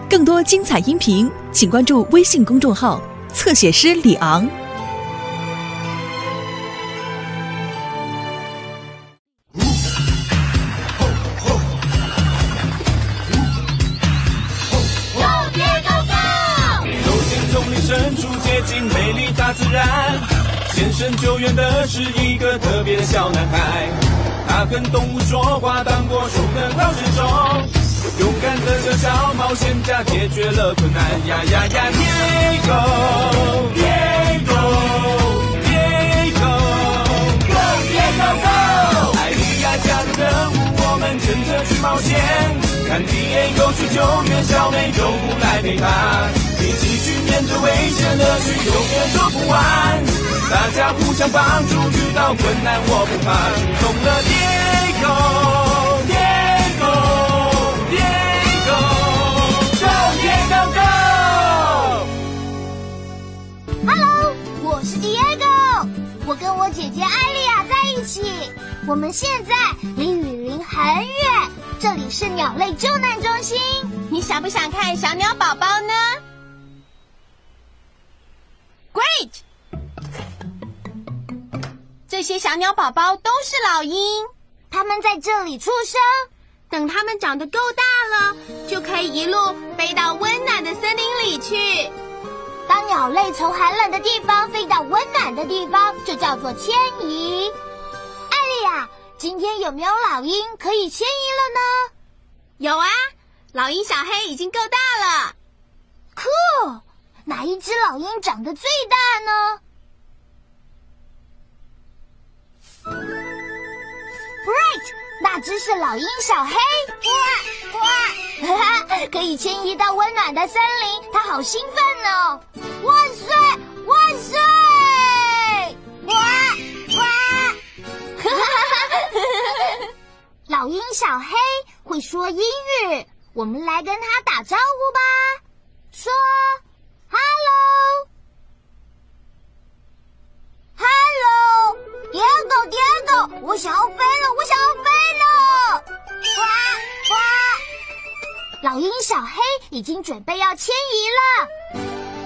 更多精彩音频，请关注微信公众号“侧写师李昂”。 深处接近美丽大自然，现身救援的是一个特别的小男孩，他跟动物说话，当过熊的老选手，勇敢的个小冒险家，解决了困难呀呀呀 Diego Diego Diego Go Diego Go， 艾利亚家的任务我们跟着去冒险，看 Diego 去救援小美，救护来陪他，一起去面对危险，乐趣永远做不完，大家互相帮助，遇到困难我不怕，出动了 Diego Diego Diego Go Diego Go。 Hello， 我是 Diego， 我跟我姐姐艾莉亚在一起，我们现在离雨林很远，这里是鸟类救难中心， 你想不想看小鸟宝宝呢？Great！ 这些小鸟宝宝都是老鹰， 它们在这里出生， 等它们长得够大了，就可以一路飞到温暖的森林里去。 当鸟类从寒冷的地方飞到温暖的地方，就叫做迁移。艾莉亚，今天有没有老鹰可以迁移了呢？ 有啊，老鹰小黑已经够大了。 Cool！哪一只老鹰长得最大呢 ？Right， 那只是老鹰小黑。哇哇，可以迁移到温暖的森林，它好兴奋哦！万岁万岁！哇哇！老鹰小黑会说英语，我们来跟它打招呼吧。说。Hello， 我想要飞了，我想要飞了！哇哇！老鹰小黑已经准备要迁移了。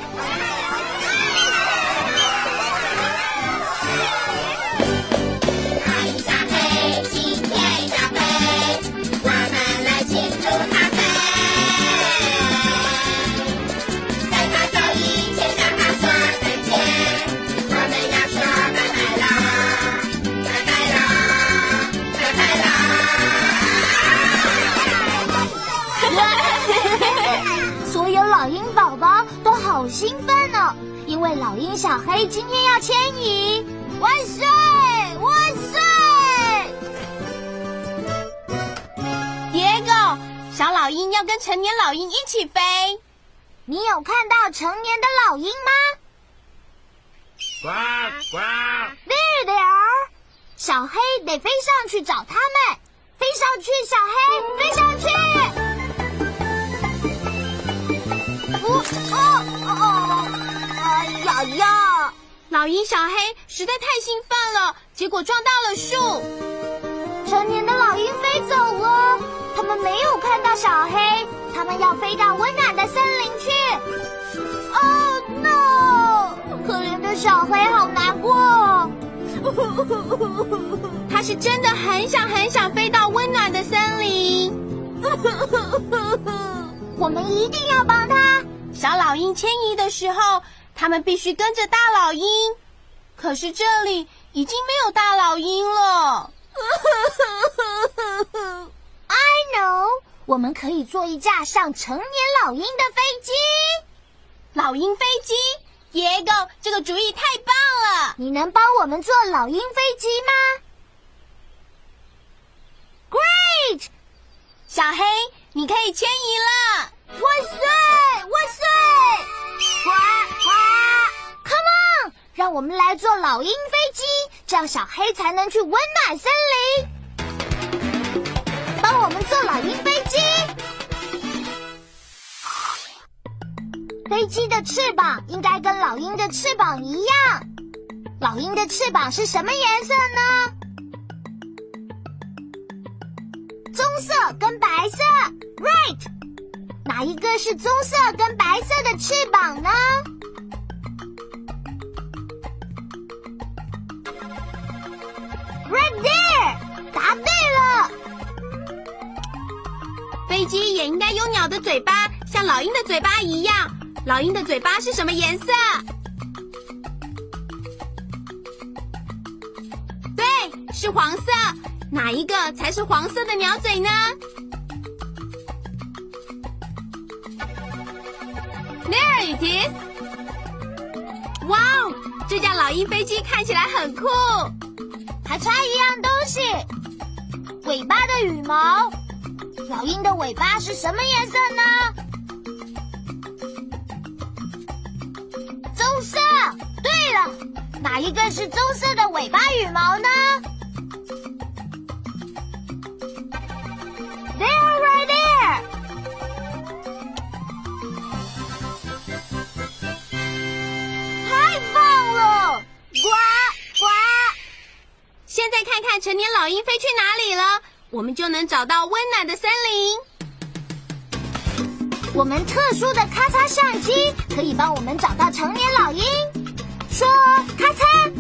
老鹰小黑今天要飞，我们来庆祝它飞。在它走以前向它说再见，我们要说拜拜啦，拜拜啦，拜拜啦！所有老鹰宝宝都好兴奋哦，因为老鹰小黑今天要迁移。万岁万岁 ！Diego， 小老鹰要跟成年老鹰一起飞。 你有看到成年的老鹰吗？ 呱呱 There， 小黑得飞上去找他们，飞上去，小黑，飞上去！哎呀呀！ 老鹰小黑实在太兴奋了，结果撞到了树。 成年的老鹰飞走了，他们没有看到小黑，他们要飞到温暖的森林去。Oh no！ 可怜的小黑好难过。 他是真的很想飞到温暖的森林。 我们一定要帮他。 小老鹰迁移的时候，他们必须跟着大老鹰。可是这里已经没有大老鹰了。 I know， 我们可以做一架上成年老鹰的飞机。 老鹰飞机，Diego，这个主意太棒了！ 你能帮我们做老鹰飞机吗 ？Great！ 小黑，你可以迁移了！ 万岁万岁！哇哇 ！Come on， 让我们来做老鹰飞机，这样小黑才能去温暖森林。帮我们做老鹰飞机。飞机的翅膀应该跟老鹰的翅膀一样。老鹰的翅膀是什么颜色呢？棕色跟白色 ，right。哪哪一个是棕色跟白色的翅膀呢？答对了！ 飞机也应该有鸟的嘴巴，像老鹰的嘴巴一样。老鹰的嘴巴是什么颜色？对，是黄色。哪一个才是黄色的鸟嘴呢？ There it is！ 哇哦，这架老鹰飞机看起来很酷。 还差一样东西，尾巴的羽毛。老鹰的尾巴是什么颜色呢？棕色。对了，哪一个是棕色的尾巴羽毛呢？ They're right there！ 太棒了！呱呱！ 现在看看成年老鹰飞去哪里了，我们就能找到温暖的森林。 我们特殊的咔嚓相机可以帮我们找到成年老鹰。说咔嚓，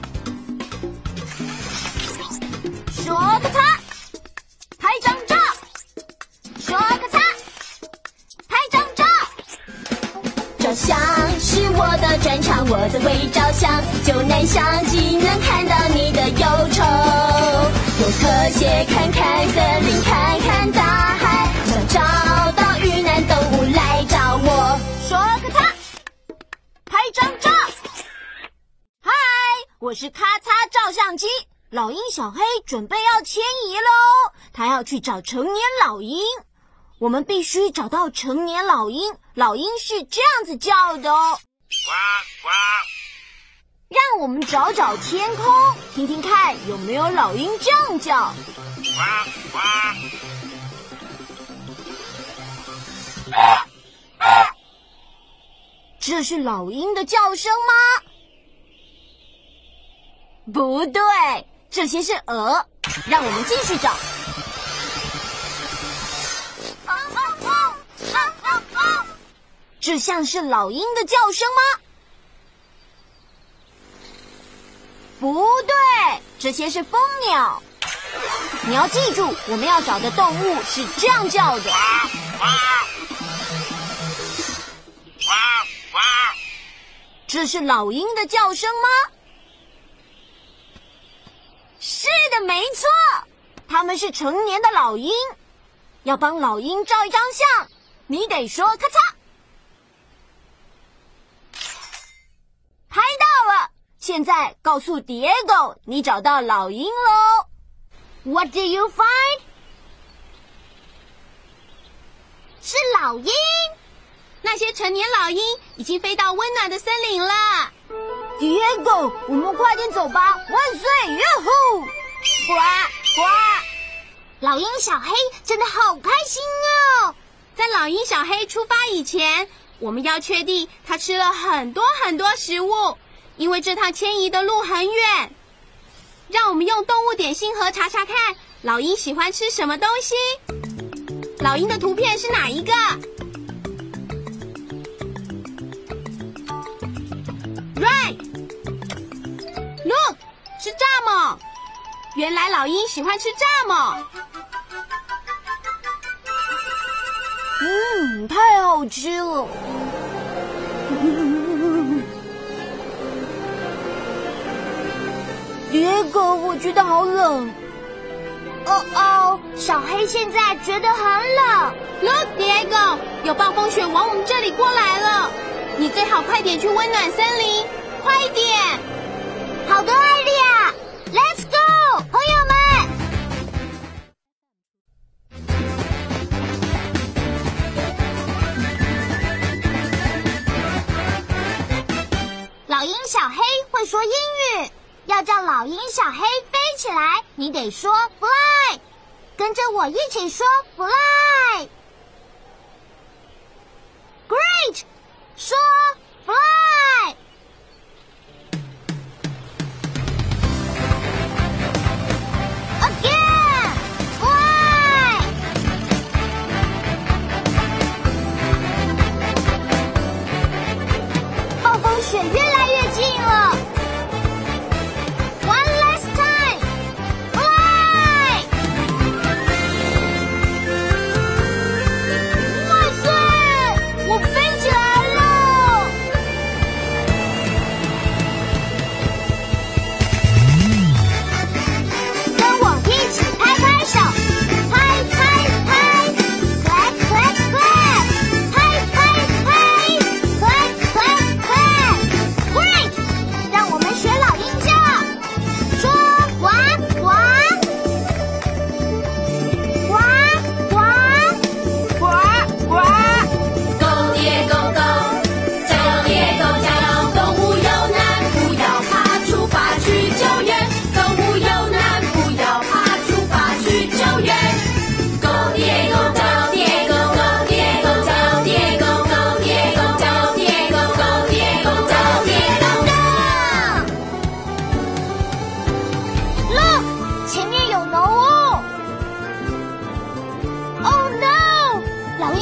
说咔嚓，拍张照。说咔嚓，拍张照。 照相是我的专长，我最会照相，就拿相机能看到你的忧愁。用特写看看森林，看看大海，想找到遇难动物来找我。 说咔嚓，拍张照。嗨，我是咔嚓照相机。老鹰小黑准备要迁移喽，他要去找成年老鹰。我们必须找到成年老鹰，老鹰是这样子叫的哦。 呱呱！ 让我们找找天空，听听看有没有老鹰这样叫。 呱呱！ 这是老鹰的叫声吗？不对，这些是鹅。让我们继续找。这像是老鹰的叫声吗？不对，这些是蜂鸟。你要记住，我们要找的动物是这样叫的。这是老鹰的叫声吗？是的，没错，它们是成年的老鹰。要帮老鹰照一张相，你得说咔嚓。拍到了，现在告诉 Diego 你找到老鹰喽。What do you find？ 是老鹰。 那些成年老鹰已经飞到温暖的森林了。 Diego， 我们快点走吧！万岁！哟呼！呱呱！老鹰小黑真的好开心哦！ 在老鹰小黑出发以前，我们要确定它吃了很多很多食物，因为这趟迁移的路很远。让我们用动物点心盒查查看，老鹰喜欢吃什么东西。老鹰的图片是哪一个？ Right， Look， 是蚱蜢。原来老鹰喜欢吃蚱蜢。 太好吃了。Diego， 我觉得好冷。哦，小黑现在觉得很冷。 Look， Diego， 有暴风雪往我们这里过来了。你最好快点去温暖森林，快一点！ 好的，艾莉亚 ，Let's go， 朋友们！老鹰小黑会说英语，要叫老鹰小黑飞起来，你得说 fly， 跟着我一起说 fly。Great， 说 fly。Again， fly。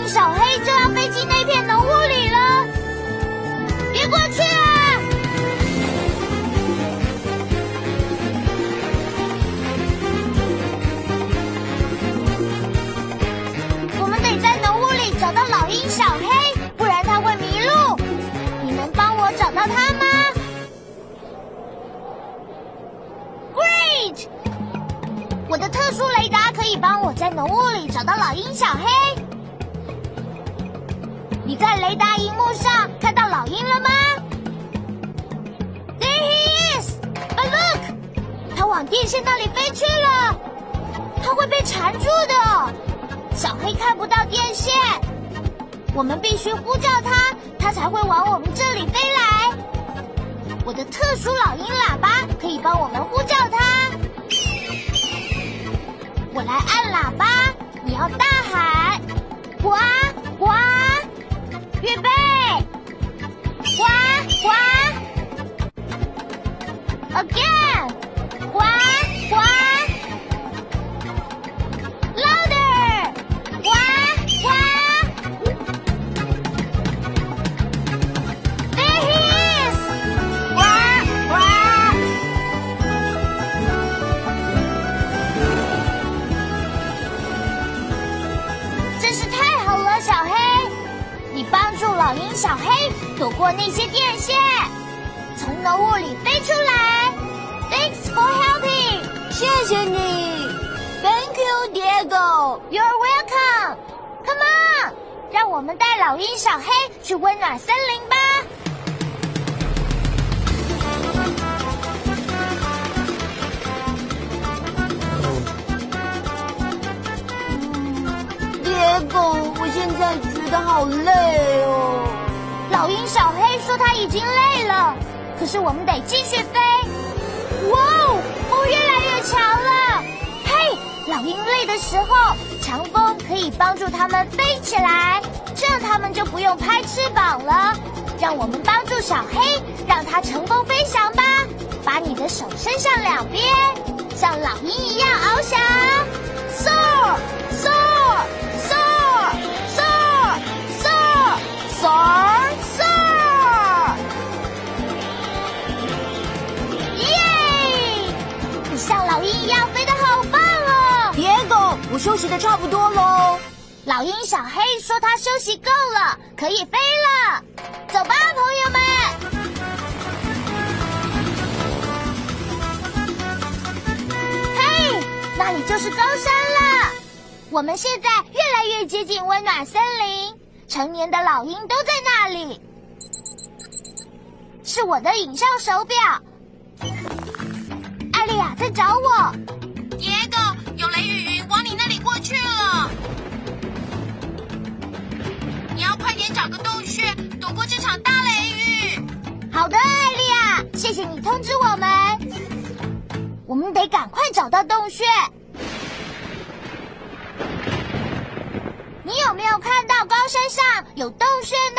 鹰小黑就要飞进那片浓雾里了，别过去啊！我们得在浓雾里找到老鹰小黑，不然它会迷路。你能帮我找到它吗？Great！ 我的特殊雷达可以帮我在浓雾里找到老鹰小黑。你在雷达荧幕上看到老鹰了吗 ？There he is! But look！ 他往电线那里飞去了，他会被缠住的。小黑看不到电线，我们必须呼叫他，他才会往我们这里飞来。我的特殊老鹰喇叭可以帮我们呼叫他。我来按喇叭，你要大喊“呱呱”，预备，呱呱 ，again， 呱呱 ，louder， 呱呱 ，there he is， 呱呱。真是太好了，小黑！你帮助老鹰小黑躲过那些电线，从浓雾里飞出来。Thanks for helping， 谢谢你。Thank you, Diego. You're welcome. Come on， 让我们带老鹰小黑去温暖森林吧。Diego， 我现在觉得好累哦。老鹰小黑说他已经累了，可是我们得继续飞。哇哦，风越来越强了。嘿，老鹰累的时候，强风可以帮助它们飞起来，这样它们就不用拍翅膀了。让我们帮助小黑，让它乘风飞翔吧。把你的手伸向两边，像老鹰一样翱翔。Soar, soar, soar, soar, soar, soar, soar. 耶！你像老鹰一样飞得好棒哦！Diego， 我休息的差不多喽。老鹰小黑说他休息够了，可以飞了。走吧，朋友们。那里就是高山了，我们现在越来越接近温暖森林，成年的老鹰都在那里。是我的影像手表，艾莉亚在找我。 Diego， 有雷雨云往你那里过去了，你要快点找个洞穴躲过这场大雷雨。 好的，艾莉亚，谢谢你通知我们。我们得赶快找到洞穴。你有没有看到高山上有洞穴呢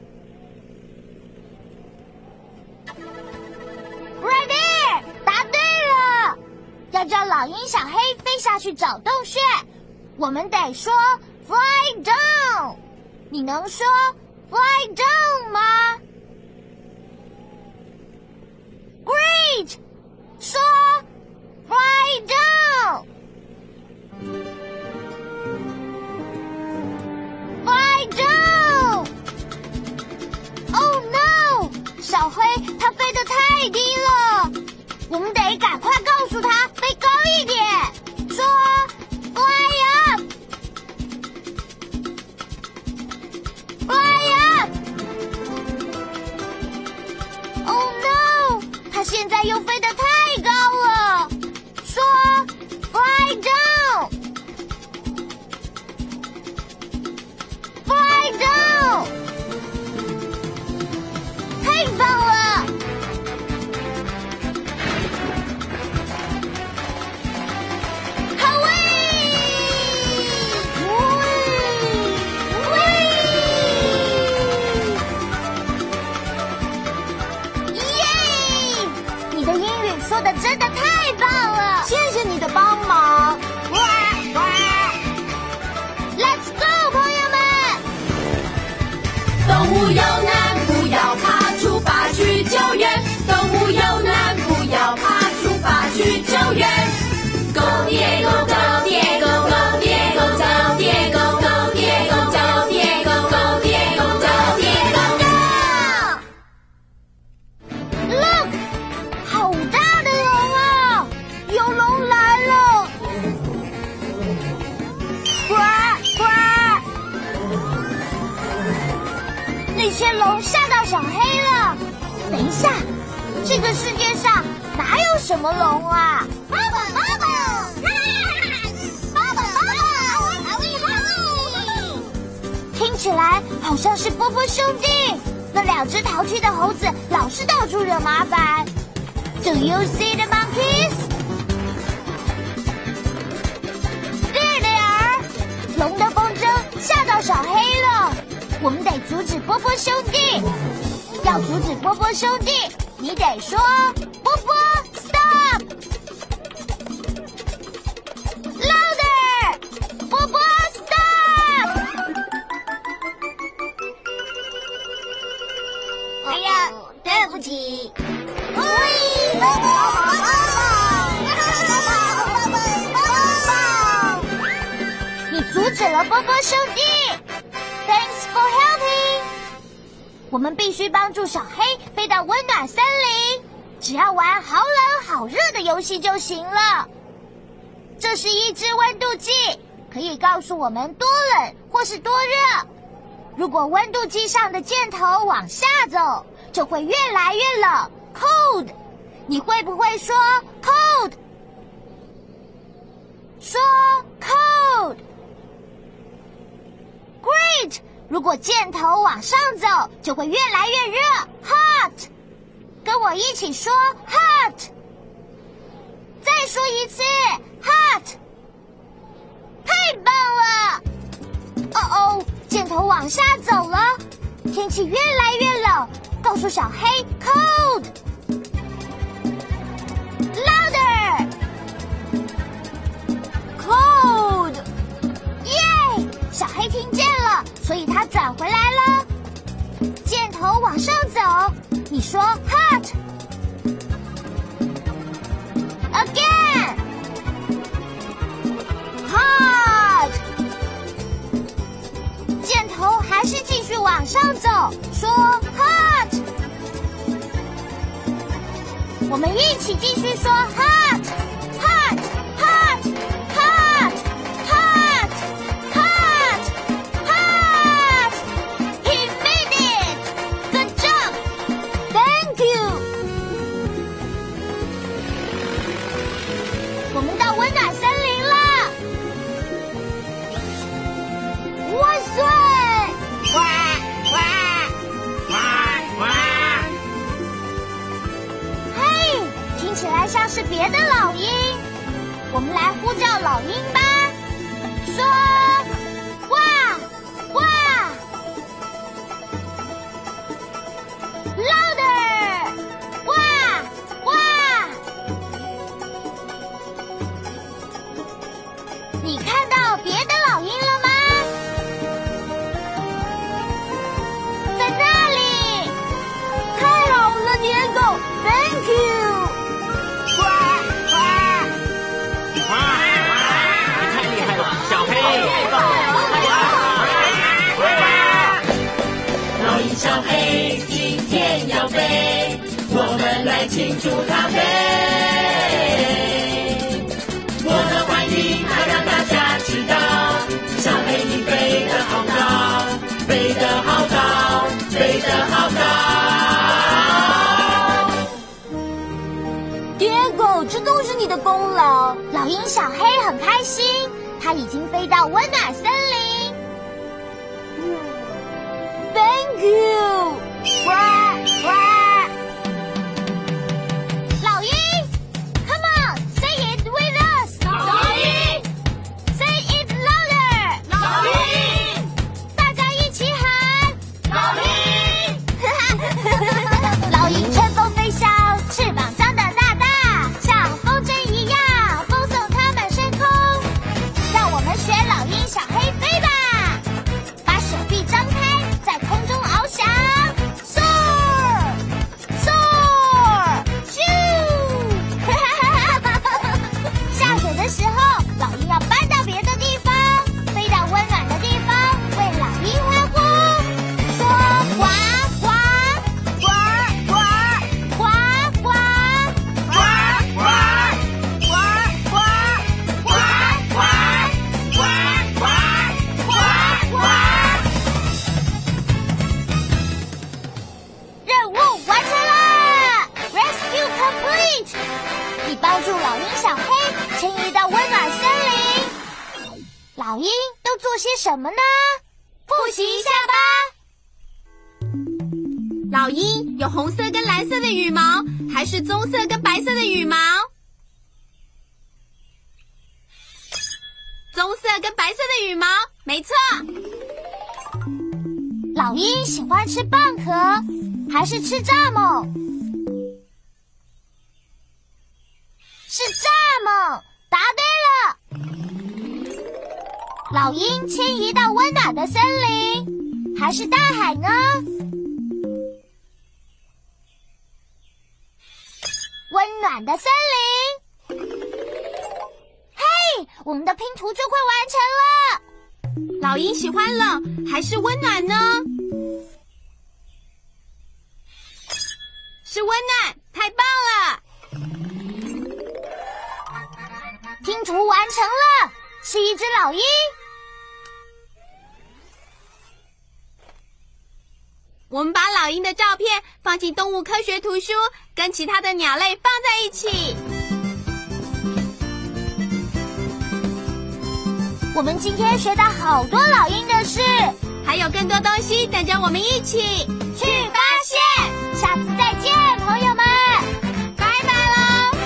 ？Right there， 答对了。要叫老鹰小黑飞下去找洞穴，我们得说 fly down。你能说 fly down 吗 ？Great， 说。Fly down! Fly down! Oh no! 小黑它飞得太低了，我们得赶快告诉它飞高一点。说 Fly up! Fly up! Oh no! 它现在又飞得太高了。说 fly down， fly down， 太棒了！ 物有难，不要怕，出发去救援。动物有难，不要怕，出发去救援。Go Diego, Go Diego, Go Diego, Go Diego, Go Diego, Go Diego, Go Diego, Go Diego, Go! Look， 好大的龙啊！有龙来了！呱呱！那些龙吓到小黑了。等一下，这个世界上哪有什么龙啊？爸爸，爸爸，爸爸，爸爸，听起来好像是波波兄弟。那2只淘气的猴子老是到处惹麻烦。Do you see the monkeys? There they are！ 龙的风筝吓到小黑了，我们得阻止波波兄弟。要阻止波波兄弟，你得说波波 stop， louder， 波波 stop。哎呀，对不起。你阻止了波波兄弟 ，Thanks for helping。我们必须帮助小黑飞到温暖森林，只要玩好冷好热的游戏就行了。这是一支温度计，可以告诉我们多冷或是多热。如果温度计上的箭头往下走，就会越来越冷 ，cold。你会不会说 cold？ 说 cold。Great！ 如果箭头往上走，就会越来越热 ，hot。跟我一起说 hot。再说一次 hot。太棒了！哦，箭头往下走了，天气越来越冷，告诉小黑 cold。Louder！ Cold！ 耶！小黑听见了，所以他转回来了。箭头往上走，你说 hot。Again！ Hot！ 箭头还是继续往上走，说 hot。我们一起继续说 hot hot hot hot hot hot hot。 He made it! Good job! Thank you! 我们到温暖森林了！万岁！哇哇哇哇！嘿，听起来像是别的老鹰，我们来呼叫老鹰吧，说哇哇 ，louder， 哇哇！你看到别的老鹰了吗？在那里！太好了，野狗 ，Thank you。哇哇！ 你太厉害了，小黑！ 老鹰小黑今天要飞，我们来庆祝它飞。我的欢迎它让大家知道，小黑你飞得好高，飞得好高，飞得好高。 Diego， 这都是你的功劳。老鹰小黑很开心，它已经飞到温暖森林。Thank you！ 哇哇！老鹰 ，Come on，say it with us！ 老鹰 ，say it louder！ 老鹰，大家一起喊！老鹰！老鹰乘风飞翔，翅膀张得大大，像风筝一样风送它们升空。让我们学老鹰小黑飞吧！ 什么呢？复习一下吧。 老鹰有红色跟蓝色的羽毛，还是棕色跟白色的羽毛？棕色跟白色的羽毛，没错。 老鹰喜欢吃蚌壳，还是吃蚱蜢？是蚱蜢，答对了。老鹰迁移到温暖的森林，还是大海呢？温暖的森林。嘿，我们的拼图就快完成了。 老鹰喜欢冷还是温暖呢？是温暖，太棒了！ 拼图完成了，是一只老鹰。 我们把老鹰的照片放进动物科学图书，跟其他的鸟类放在一起。 我们今天学到好多老鹰的事， 还有更多东西等着我们一起去发现。下次再见，朋友们， 拜拜喽！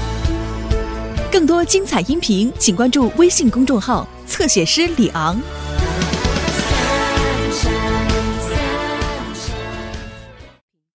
更多精彩音频，请关注微信公众号“侧写师李昂”。